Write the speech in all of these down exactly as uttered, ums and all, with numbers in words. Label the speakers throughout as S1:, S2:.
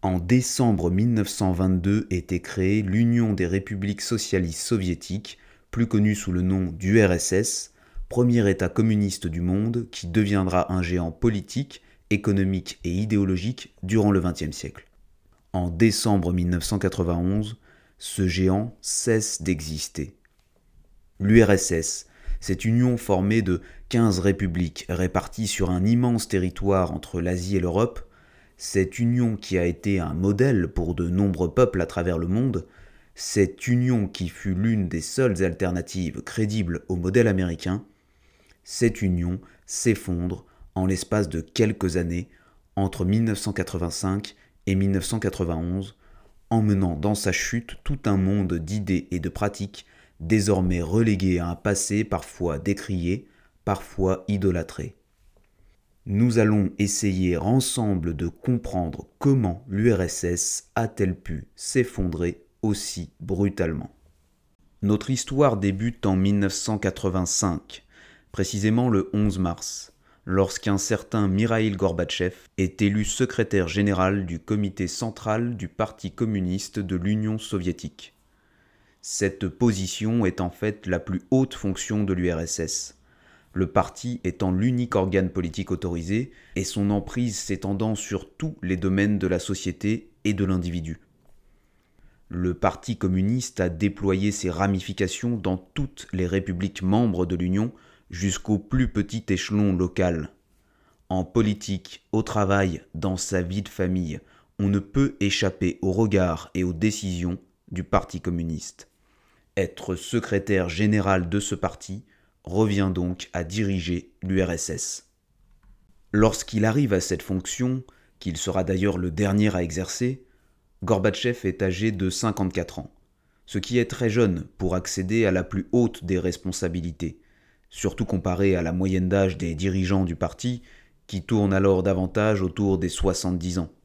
S1: En décembre mille neuf cent vingt-deux était créée l'Union des républiques socialistes soviétiques, plus connue sous le nom d'U R S S, premier État communiste du monde qui deviendra un géant politique, économique et idéologique durant le vingtième siècle. En décembre mille neuf cent quatre-vingt-onze, ce géant cesse d'exister. L'U R S S, cette union formée de quinze républiques réparties sur un immense territoire entre l'Asie et l'Europe, cette union qui a été un modèle pour de nombreux peuples à travers le monde, cette union qui fut l'une des seules alternatives crédibles au modèle américain, cette union s'effondre en l'espace de quelques années entre mille neuf cent quatre-vingt-cinq et mille neuf cent quatre-vingt-onze, emmenant dans sa chute tout un monde d'idées et de pratiques désormais relégués à un passé parfois décrié, parfois idolâtré. Nous allons essayer ensemble de comprendre comment l'U R S S a-t-elle pu s'effondrer aussi brutalement. Notre histoire débute en mille neuf cent quatre-vingt-cinq, précisément le onze mars, lorsqu'un certain Mikhaïl Gorbatchev est élu secrétaire général du comité central du Parti communiste de l'Union soviétique. Cette position est en fait la plus haute fonction de l'U R S S. Le parti étant l'unique organe politique autorisé et son emprise s'étendant sur tous les domaines de la société et de l'individu. Le Parti communiste a déployé ses ramifications dans toutes les républiques membres de l'Union jusqu'au plus petit échelon local. En politique, au travail, dans sa vie de famille, on ne peut échapper aux regards et aux décisions du Parti communiste. Être secrétaire général de ce parti revient donc à diriger l'U R S S. Lorsqu'il arrive à cette fonction, qu'il sera d'ailleurs le dernier à exercer, Gorbatchev est âgé de cinquante-quatre ans, ce qui est très jeune pour accéder à la plus haute des responsabilités, surtout comparé à la moyenne d'âge des dirigeants du parti, qui tourne alors davantage autour des soixante-dix ans.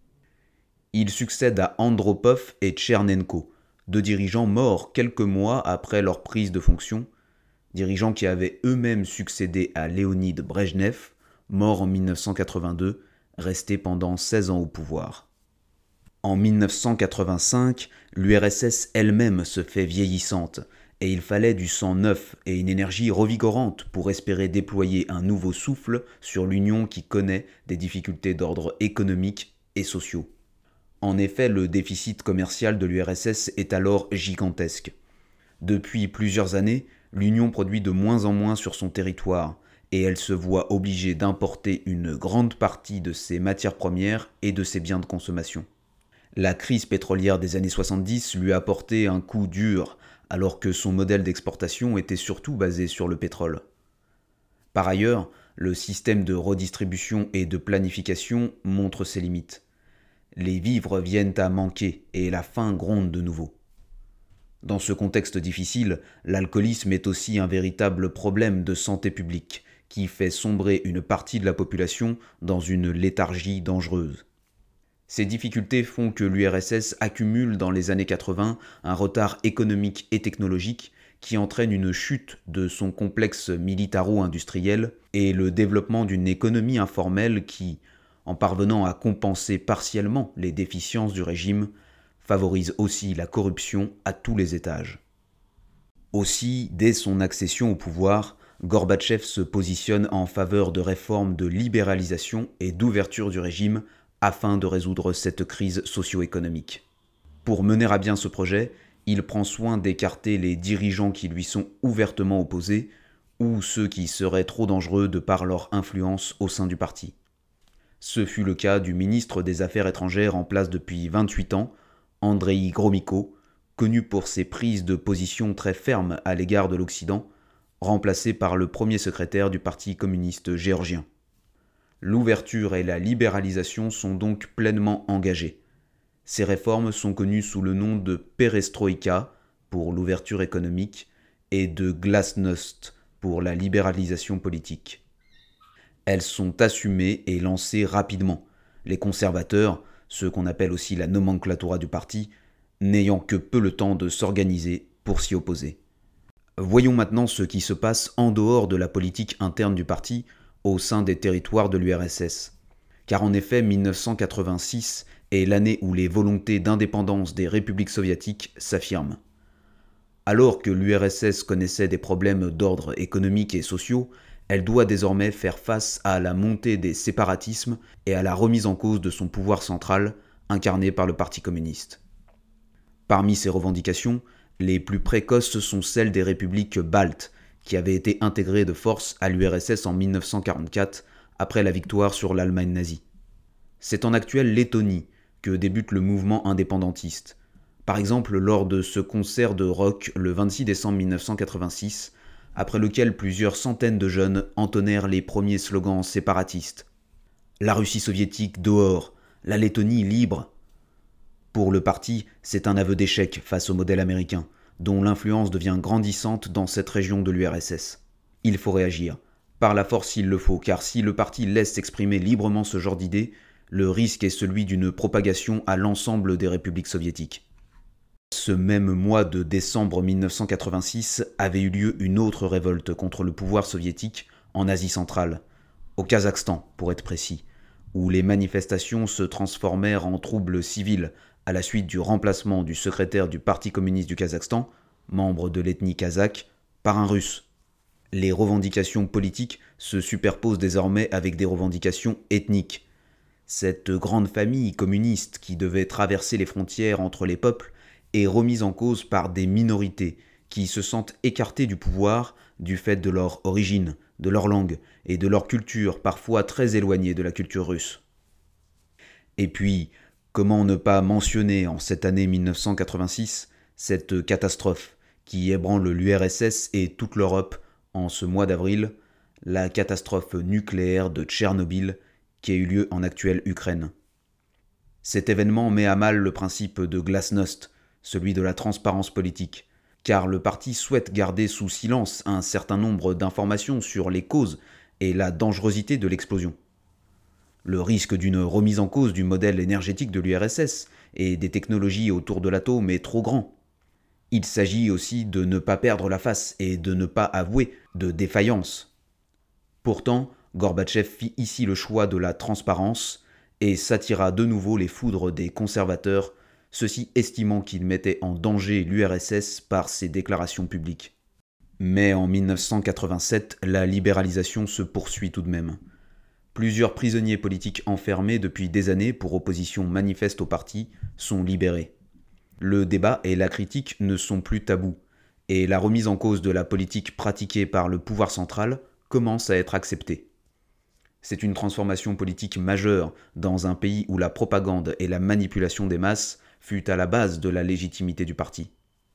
S1: Il succède à Andropov et Tchernenko, deux dirigeants morts quelques mois après leur prise de fonction, dirigeants qui avaient eux-mêmes succédé à Léonid Brejnev, mort en mille neuf cent quatre-vingt-deux, resté pendant seize ans au pouvoir. En mille neuf cent quatre-vingt-cinq, l'U R S S elle-même se fait vieillissante, et il fallait du sang neuf et une énergie revigorante pour espérer déployer un nouveau souffle sur l'Union qui connaît des difficultés d'ordre économique et sociaux. En effet, le déficit commercial de l'U R S S est alors gigantesque. Depuis plusieurs années, l'Union produit de moins en moins sur son territoire et elle se voit obligée d'importer une grande partie de ses matières premières et de ses biens de consommation. La crise pétrolière des années soixante-dix lui a porté un coup dur alors que son modèle d'exportation était surtout basé sur le pétrole. Par ailleurs, le système de redistribution et de planification montre ses limites. Les vivres viennent à manquer et la faim gronde de nouveau. Dans ce contexte difficile, l'alcoolisme est aussi un véritable problème de santé publique qui fait sombrer une partie de la population dans une léthargie dangereuse. Ces difficultés font que l'U R S S accumule dans les années quatre-vingts un retard économique et technologique qui entraîne une chute de son complexe militaro-industriel et le développement d'une économie informelle qui, en parvenant à compenser partiellement les déficiences du régime, favorise aussi la corruption à tous les étages. Aussi, dès son accession au pouvoir, Gorbatchev se positionne en faveur de réformes de libéralisation et d'ouverture du régime afin de résoudre cette crise socio-économique. Pour mener à bien ce projet, il prend soin d'écarter les dirigeants qui lui sont ouvertement opposés ou ceux qui seraient trop dangereux de par leur influence au sein du parti. Ce fut le cas du ministre des Affaires étrangères en place depuis vingt-huit ans, Andreï Gromyko, connu pour ses prises de position très fermes à l'égard de l'Occident, remplacé par le premier secrétaire du Parti communiste géorgien. L'ouverture et la libéralisation sont donc pleinement engagées. Ces réformes sont connues sous le nom de perestroïka pour l'ouverture économique et de glasnost pour la libéralisation politique. Elles sont assumées et lancées rapidement. Les conservateurs, ceux qu'on appelle aussi la nomenclatura du parti, n'ayant que peu le temps de s'organiser pour s'y opposer. Voyons maintenant ce qui se passe en dehors de la politique interne du parti, au sein des territoires de l'U R S S. Car en effet, mille neuf cent quatre-vingt-six est l'année où les volontés d'indépendance des républiques soviétiques s'affirment. Alors que l'U R S S connaissait des problèmes d'ordre économique et sociaux, elle doit désormais faire face à la montée des séparatismes et à la remise en cause de son pouvoir central, incarné par le Parti communiste. Parmi ces revendications, les plus précoces sont celles des républiques baltes, qui avaient été intégrées de force à l'U R S S en mille neuf cent quarante-quatre, après la victoire sur l'Allemagne nazie. C'est en actuelle Lettonie que débute le mouvement indépendantiste. Par exemple, lors de ce concert de rock le vingt-six décembre mille neuf cent quatre-vingt-six, après lequel plusieurs centaines de jeunes entonnèrent les premiers slogans séparatistes. La Russie soviétique dehors, la Lettonie libre. Pour le parti, c'est un aveu d'échec face au modèle américain, dont l'influence devient grandissante dans cette région de l'U R S S. Il faut réagir, par la force s'il le faut, car si le parti laisse s'exprimer librement ce genre d'idées, le risque est celui d'une propagation à l'ensemble des républiques soviétiques. Ce même mois de décembre mille neuf cent quatre-vingt-six avait eu lieu une autre révolte contre le pouvoir soviétique en Asie centrale, au Kazakhstan pour être précis, où les manifestations se transformèrent en troubles civils à la suite du remplacement du secrétaire du Parti communiste du Kazakhstan, membre de l'ethnie kazakh, par un russe. Les revendications politiques se superposent désormais avec des revendications ethniques. Cette grande famille communiste qui devait traverser les frontières entre les peuples est remise en cause par des minorités qui se sentent écartées du pouvoir du fait de leur origine, de leur langue et de leur culture parfois très éloignée de la culture russe. Et puis, comment ne pas mentionner en cette année mille neuf cent quatre-vingt-six cette catastrophe qui ébranle l'U R S S et toute l'Europe en ce mois d'avril, la catastrophe nucléaire de Tchernobyl qui a eu lieu en actuelle Ukraine. Cet événement met à mal le principe de glasnost, celui de la transparence politique, car le parti souhaite garder sous silence un certain nombre d'informations sur les causes et la dangerosité de l'explosion. Le risque d'une remise en cause du modèle énergétique de l'U R S S et des technologies autour de l'atome est trop grand. Il s'agit aussi de ne pas perdre la face et de ne pas avouer de défaillance. Pourtant, Gorbatchev fit ici le choix de la transparence et s'attira de nouveau les foudres des conservateurs, ceux-ci estimant qu'il mettait en danger l'U R S S par ses déclarations publiques. Mais en mille neuf cent quatre-vingt-sept, la libéralisation se poursuit tout de même. Plusieurs prisonniers politiques enfermés depuis des années pour opposition manifeste au parti sont libérés. Le débat et la critique ne sont plus tabous, et la remise en cause de la politique pratiquée par le pouvoir central commence à être acceptée. C'est une transformation politique majeure dans un pays où la propagande et la manipulation des masses fut à la base de la légitimité du parti.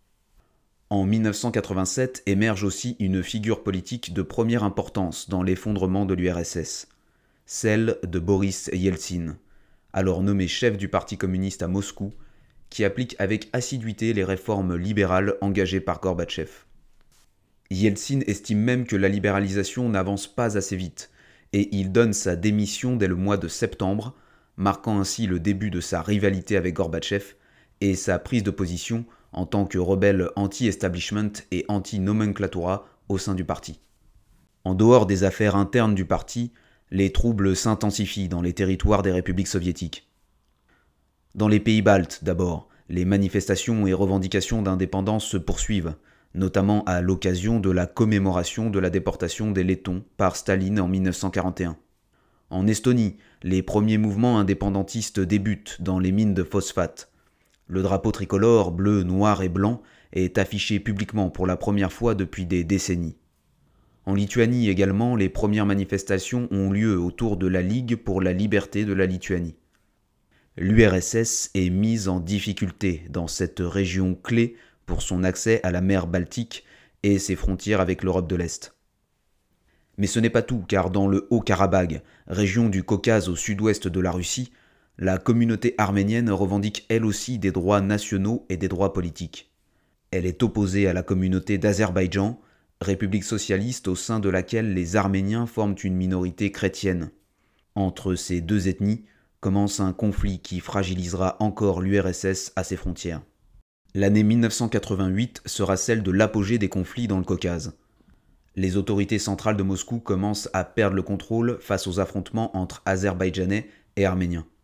S1: En mille neuf cent quatre-vingt-sept émerge aussi une figure politique de première importance dans l'effondrement de l'U R S S, celle de Boris Yeltsin, alors nommé chef du Parti communiste à Moscou, qui applique avec assiduité les réformes libérales engagées par Gorbatchev. Yeltsin estime même que la libéralisation n'avance pas assez vite, et il donne sa démission dès le mois de septembre, marquant ainsi le début de sa rivalité avec Gorbatchev et sa prise de position en tant que rebelle anti-establishment et anti-nomenclatura au sein du parti. En dehors des affaires internes du parti, les troubles s'intensifient dans les territoires des républiques soviétiques. Dans les pays baltes, d'abord, les manifestations et revendications d'indépendance se poursuivent, notamment à l'occasion de la commémoration de la déportation des Lettons par Staline en mille neuf cent quarante et un. En Estonie, les premiers mouvements indépendantistes débutent dans les mines de phosphate. Le drapeau tricolore, bleu, noir et blanc, est affiché publiquement pour la première fois depuis des décennies. En Lituanie également, les premières manifestations ont lieu autour de la Ligue pour la liberté de la Lituanie. L'U R S S est mise en difficulté dans cette région clé pour son accès à la mer Baltique et ses frontières avec l'Europe de l'Est. Mais ce n'est pas tout, car dans le Haut-Karabagh, région du Caucase au sud-ouest de la Russie, la communauté arménienne revendique elle aussi des droits nationaux et des droits politiques. Elle est opposée à la communauté d'Azerbaïdjan, république socialiste au sein de laquelle les Arméniens forment une minorité chrétienne. Entre ces deux ethnies commence un conflit qui fragilisera encore l'U R S S à ses frontières. L'année mille neuf cent quatre-vingt-huit sera celle de l'apogée des conflits dans le Caucase. Les autorités centrales de Moscou commencent à perdre le contrôle face aux affrontements entre Azerbaïdjanais et Arméniens.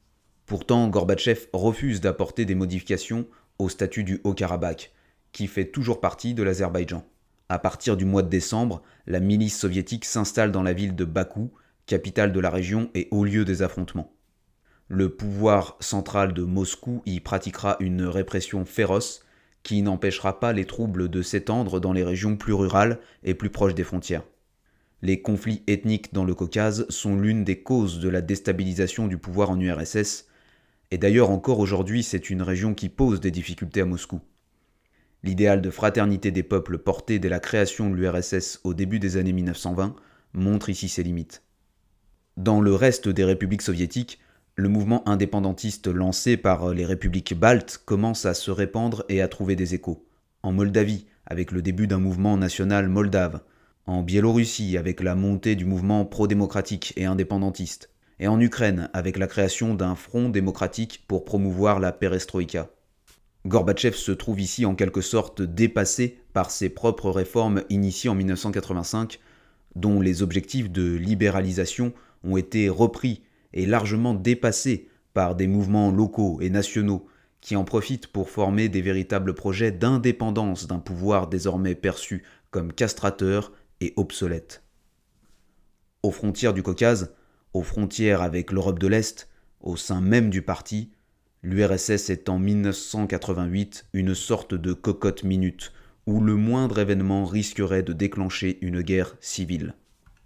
S1: Pourtant, Gorbatchev refuse d'apporter des modifications au statut du Haut-Karabakh, qui fait toujours partie de l'Azerbaïdjan. À partir du mois de décembre, la milice soviétique s'installe dans la ville de Bakou, capitale de la région et haut lieu des affrontements. Le pouvoir central de Moscou y pratiquera une répression féroce qui n'empêchera pas les troubles de s'étendre dans les régions plus rurales et plus proches des frontières. Les conflits ethniques dans le Caucase sont l'une des causes de la déstabilisation du pouvoir en U R S S, et d'ailleurs encore aujourd'hui c'est une région qui pose des difficultés à Moscou. L'idéal de fraternité des peuples porté dès la création de l'U R S S au début des années mille neuf cent vingt montre ici ses limites. Dans le reste des républiques soviétiques, le mouvement indépendantiste lancé par les républiques baltes commence à se répandre et à trouver des échos. En Moldavie, avec le début d'un mouvement national moldave. En Biélorussie, avec la montée du mouvement pro-démocratique et indépendantiste. Et en Ukraine, avec la création d'un front démocratique pour promouvoir la perestroïka. Gorbatchev se trouve ici en quelque sorte dépassé par ses propres réformes initiées en mille neuf cent quatre-vingt-cinq, dont les objectifs de libéralisation ont été repris et largement dépassés par des mouvements locaux et nationaux qui en profitent pour former des véritables projets d'indépendance d'un pouvoir désormais perçu comme castrateur et obsolète. Aux frontières du Caucase, aux frontières avec l'Europe de l'Est, au sein même du parti, l'U R S S est en mille neuf cent quatre-vingt-huit une sorte de cocotte minute où le moindre événement risquerait de déclencher une guerre civile.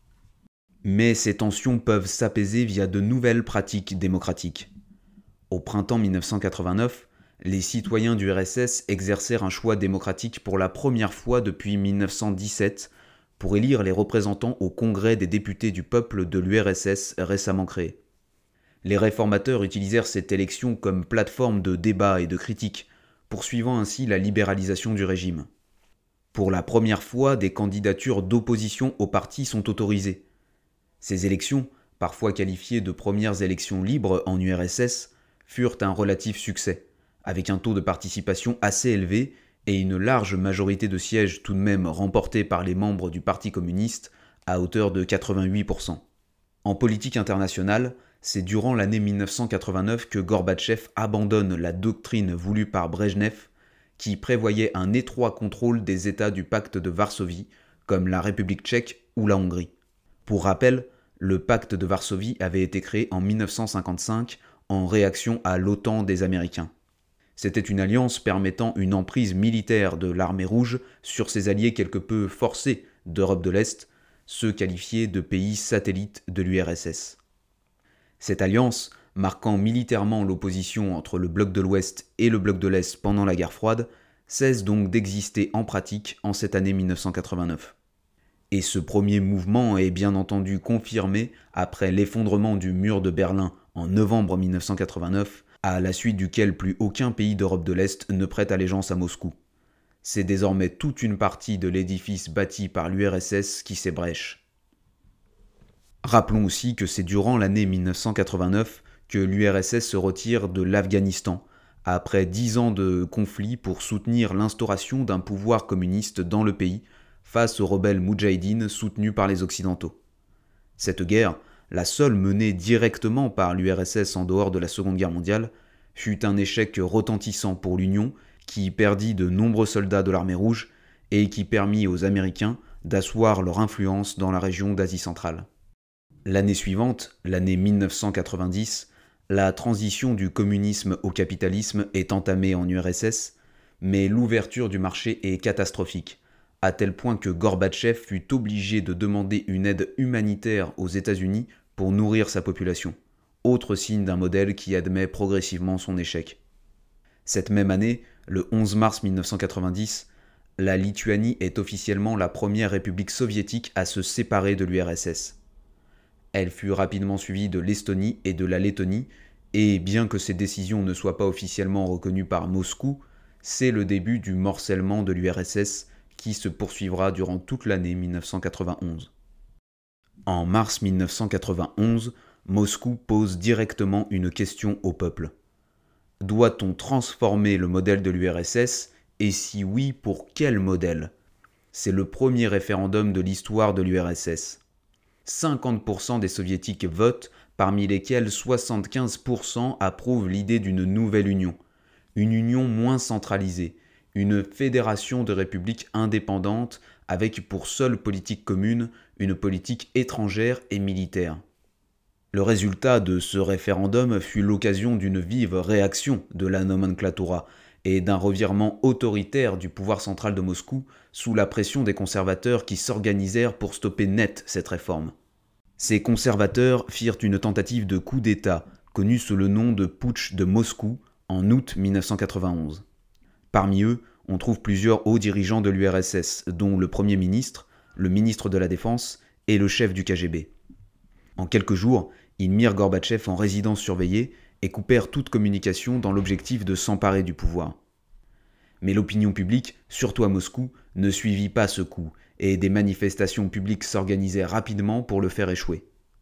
S1: Mais ces tensions peuvent s'apaiser via de nouvelles pratiques démocratiques. Au printemps mille neuf cent quatre-vingt-neuf, les citoyens du R S S exercèrent un choix démocratique pour la première fois depuis mille neuf cent dix-sept pour élire les représentants au Congrès des députés du peuple de l'U R S S récemment créé. Les réformateurs utilisèrent cette élection comme plateforme de débat et de critique, poursuivant ainsi la libéralisation du régime. Pour la première fois, des candidatures d'opposition au parti sont autorisées. Ces élections, parfois qualifiées de premières élections libres en U R S S, furent un relatif succès, avec un taux de participation assez élevé et une large majorité de sièges tout de même remportés par les membres du Parti communiste à hauteur de quatre-vingt-huit pour cent. En politique internationale, c'est durant l'année mille neuf cent quatre-vingt-neuf que Gorbatchev abandonne la doctrine voulue par Brejnev, qui prévoyait un étroit contrôle des États du pacte de Varsovie, comme la République tchèque ou la Hongrie. Pour rappel, le pacte de Varsovie avait été créé en mille neuf cent cinquante-cinq en réaction à l'OTAN des Américains. C'était une alliance permettant une emprise militaire de l'armée rouge sur ses alliés quelque peu forcés d'Europe de l'Est, ceux qualifiés de pays satellites de l'U R S S. Cette alliance, marquant militairement l'opposition entre le bloc de l'Ouest et le bloc de l'Est pendant la guerre froide, cesse donc d'exister en pratique en cette année mille neuf cent quatre-vingt-neuf. Et ce premier mouvement est bien entendu confirmé après l'effondrement du mur de Berlin en novembre mille neuf cent quatre-vingt-neuf, à la suite duquel plus aucun pays d'Europe de l'Est ne prête allégeance à Moscou. C'est désormais toute une partie de l'édifice bâti par l'U R S S qui s'ébrèche. Rappelons aussi que c'est durant l'année mille neuf cent quatre-vingt-neuf que l'U R S S se retire de l'Afghanistan, après dix ans de conflit pour soutenir l'instauration d'un pouvoir communiste dans le pays, face aux rebelles moudjahidines soutenus par les Occidentaux. Cette guerre, la seule menée directement par l'U R S S en dehors de la Seconde Guerre mondiale, fut un échec retentissant pour l'Union qui perdit de nombreux soldats de l'armée rouge et qui permit aux Américains d'asseoir leur influence dans la région d'Asie centrale. L'année suivante, l'année mille neuf cent quatre-vingt-dix, la transition du communisme au capitalisme est entamée en U R S S, mais l'ouverture du marché est catastrophique, à tel point que Gorbatchev fut obligé de demander une aide humanitaire aux États-Unis pour nourrir sa population, autre signe d'un modèle qui admet progressivement son échec. Cette même année, le onze mars mille neuf cent quatre-vingt-dix, la Lituanie est officiellement la première république soviétique à se séparer de l'U R S S. Elle fut rapidement suivie de l'Estonie et de la Lettonie, et bien que ces décisions ne soient pas officiellement reconnues par Moscou, c'est le début du morcellement de l'U R S S qui se poursuivra durant toute l'année mille neuf cent quatre-vingt-onze. En mars mille neuf cent quatre-vingt-onze, Moscou pose directement une question au peuple. Doit-on transformer le modèle de l'U R S S, et si oui, pour quel modèle ? C'est le premier référendum de l'histoire de l'U R S S. cinquante pour cent des soviétiques votent parmi lesquels soixante-quinze pour cent approuvent l'idée d'une nouvelle union, une union moins centralisée, une fédération de républiques indépendantes avec pour seule politique commune une politique étrangère et militaire. Le résultat de ce référendum fut l'occasion d'une vive réaction de la nomenclatura et d'un revirement autoritaire du pouvoir central de Moscou sous la pression des conservateurs qui s'organisèrent pour stopper net cette réforme. Ces conservateurs firent une tentative de coup d'État, connue sous le nom de putsch de Moscou, en août mille neuf cent quatre-vingt-onze. Parmi eux, on trouve plusieurs hauts dirigeants de l'U R S S, dont le Premier ministre, le ministre de la Défense et le chef du K G B. En quelques jours, ils mirent Gorbatchev en résidence surveillée et coupèrent toute communication dans l'objectif de s'emparer du pouvoir. Mais l'opinion publique, surtout à Moscou, ne suivit pas ce coup, et des manifestations publiques s'organisèrent rapidement pour le faire échouer.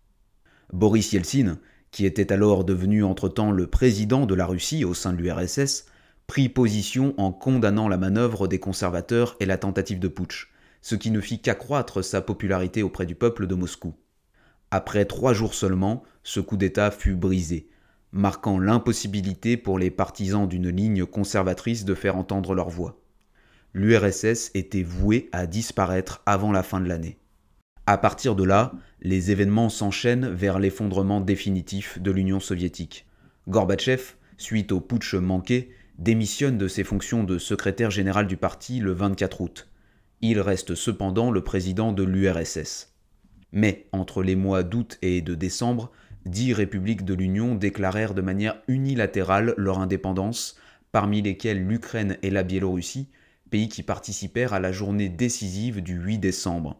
S1: Boris Yeltsin, qui était alors devenu entre-temps le président de la Russie au sein de l'U R S S, prit position en condamnant la manœuvre des conservateurs et la tentative de putsch, ce qui ne fit qu'accroître sa popularité auprès du peuple de Moscou. Après trois jours seulement, ce coup d'État fut brisé, marquant l'impossibilité pour les partisans d'une ligne conservatrice de faire entendre leur voix. L'U R S S était voué à disparaître avant la fin de l'année. À partir de là, les événements s'enchaînent vers l'effondrement définitif de l'Union soviétique. Gorbatchev, suite au putsch manqué, démissionne de ses fonctions de secrétaire général du parti le vingt-quatre août. Il reste cependant le président de l'U R S S. Mais entre les mois d'août et de décembre, dix républiques de l'Union déclarèrent de manière unilatérale leur indépendance, parmi lesquelles l'Ukraine et la Biélorussie, pays qui participèrent à la journée décisive du huit décembre.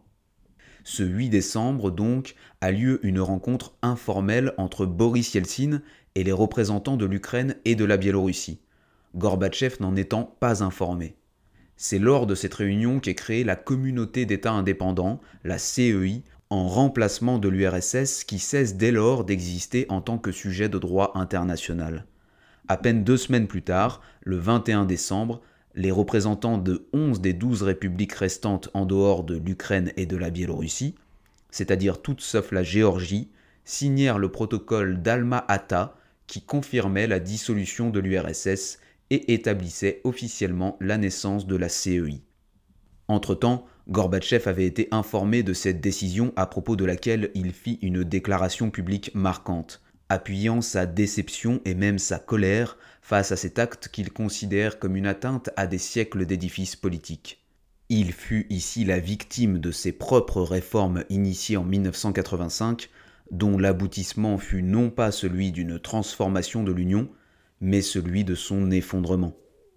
S1: Ce huit décembre, donc, a lieu une rencontre informelle entre Boris Yeltsin et les représentants de l'Ukraine et de la Biélorussie, Gorbatchev n'en étant pas informé. C'est lors de cette réunion qu'est créée la Communauté d'États indépendants, la C E I, en remplacement de l'U R S S qui cesse dès lors d'exister en tant que sujet de droit international. À peine deux semaines plus tard, le vingt et un décembre, les représentants de onze des douze républiques restantes en dehors de l'Ukraine et de la Biélorussie, c'est-à-dire toutes sauf la Géorgie, signèrent le protocole d'Alma-Ata qui confirmait la dissolution de l'U R S S et établissait officiellement la naissance de la C E I. Entre-temps, Gorbatchev avait été informé de cette décision à propos de laquelle il fit une déclaration publique marquante, appuyant sa déception et même sa colère face à cet acte qu'il considère comme une atteinte à des siècles d'édifices politiques. Il fut ici la victime de ses propres réformes initiées en mille neuf cent quatre-vingt-cinq, dont l'aboutissement fut non pas celui d'une transformation de l'Union, mais celui de son effondrement.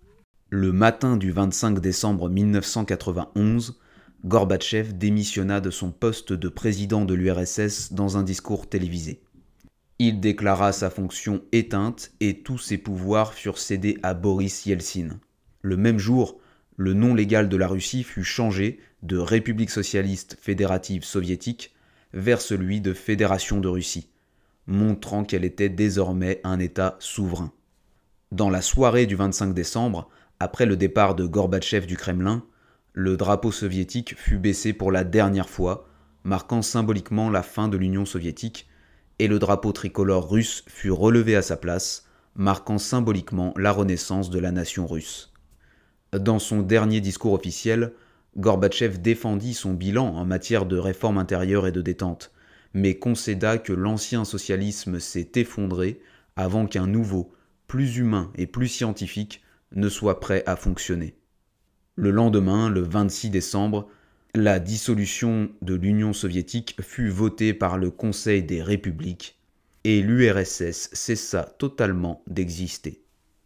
S1: Le matin du vingt-cinq décembre mille neuf cent quatre-vingt-onze, Gorbatchev démissionna de son poste de président de l'U R S S dans un discours télévisé. Il déclara sa fonction éteinte et tous ses pouvoirs furent cédés à Boris Yeltsin. Le même jour, le nom légal de la Russie fut changé de République socialiste fédérative soviétique vers celui de Fédération de Russie, montrant qu'elle était désormais un État souverain. Dans la soirée du vingt-cinq décembre, après le départ de Gorbatchev du Kremlin, le drapeau soviétique fut baissé pour la dernière fois, marquant symboliquement la fin de l'Union soviétique, et le drapeau tricolore russe fut relevé à sa place, marquant symboliquement la renaissance de la nation russe. Dans son dernier discours officiel, Gorbatchev défendit son bilan en matière de réforme intérieure et de détente, mais concéda que l'ancien socialisme s'est effondré avant qu'un nouveau, plus humain et plus scientifique, ne soit prêt à fonctionner. Le lendemain, le vingt-six décembre, la dissolution de l'Union soviétique fut votée par le Conseil des républiques et l'U R S S cessa totalement d'exister.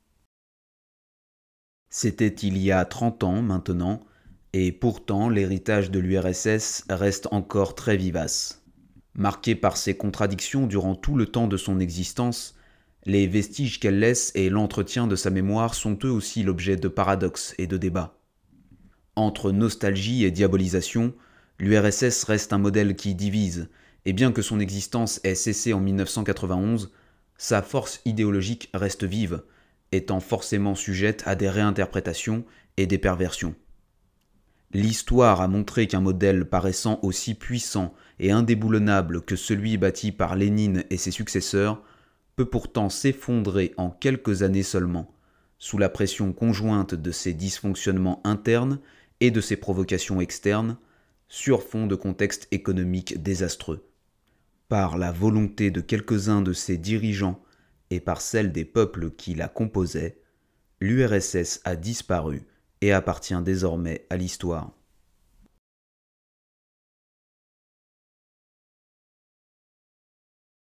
S1: C'était il y a trente ans maintenant, et pourtant l'héritage de l'U R S S reste encore très vivace. Marqué par ses contradictions durant tout le temps de son existence, les vestiges qu'elle laisse et l'entretien de sa mémoire sont eux aussi l'objet de paradoxes et de débats. Entre nostalgie et diabolisation, l'U R S S reste un modèle qui divise, et bien que son existence ait cessé en mille neuf cent quatre-vingt-onze, sa force idéologique reste vive, étant forcément sujette à des réinterprétations et des perversions. L'histoire a montré qu'un modèle paraissant aussi puissant et indéboulonnable que celui bâti par Lénine et ses successeurs peut pourtant s'effondrer en quelques années seulement, sous la pression conjointe de ses dysfonctionnements internes et de ses provocations externes, sur fond de contexte économique désastreux. Par la volonté de quelques-uns de ses dirigeants et par celle des peuples qui la composaient, l'U R S S a disparu et appartient désormais à l'histoire.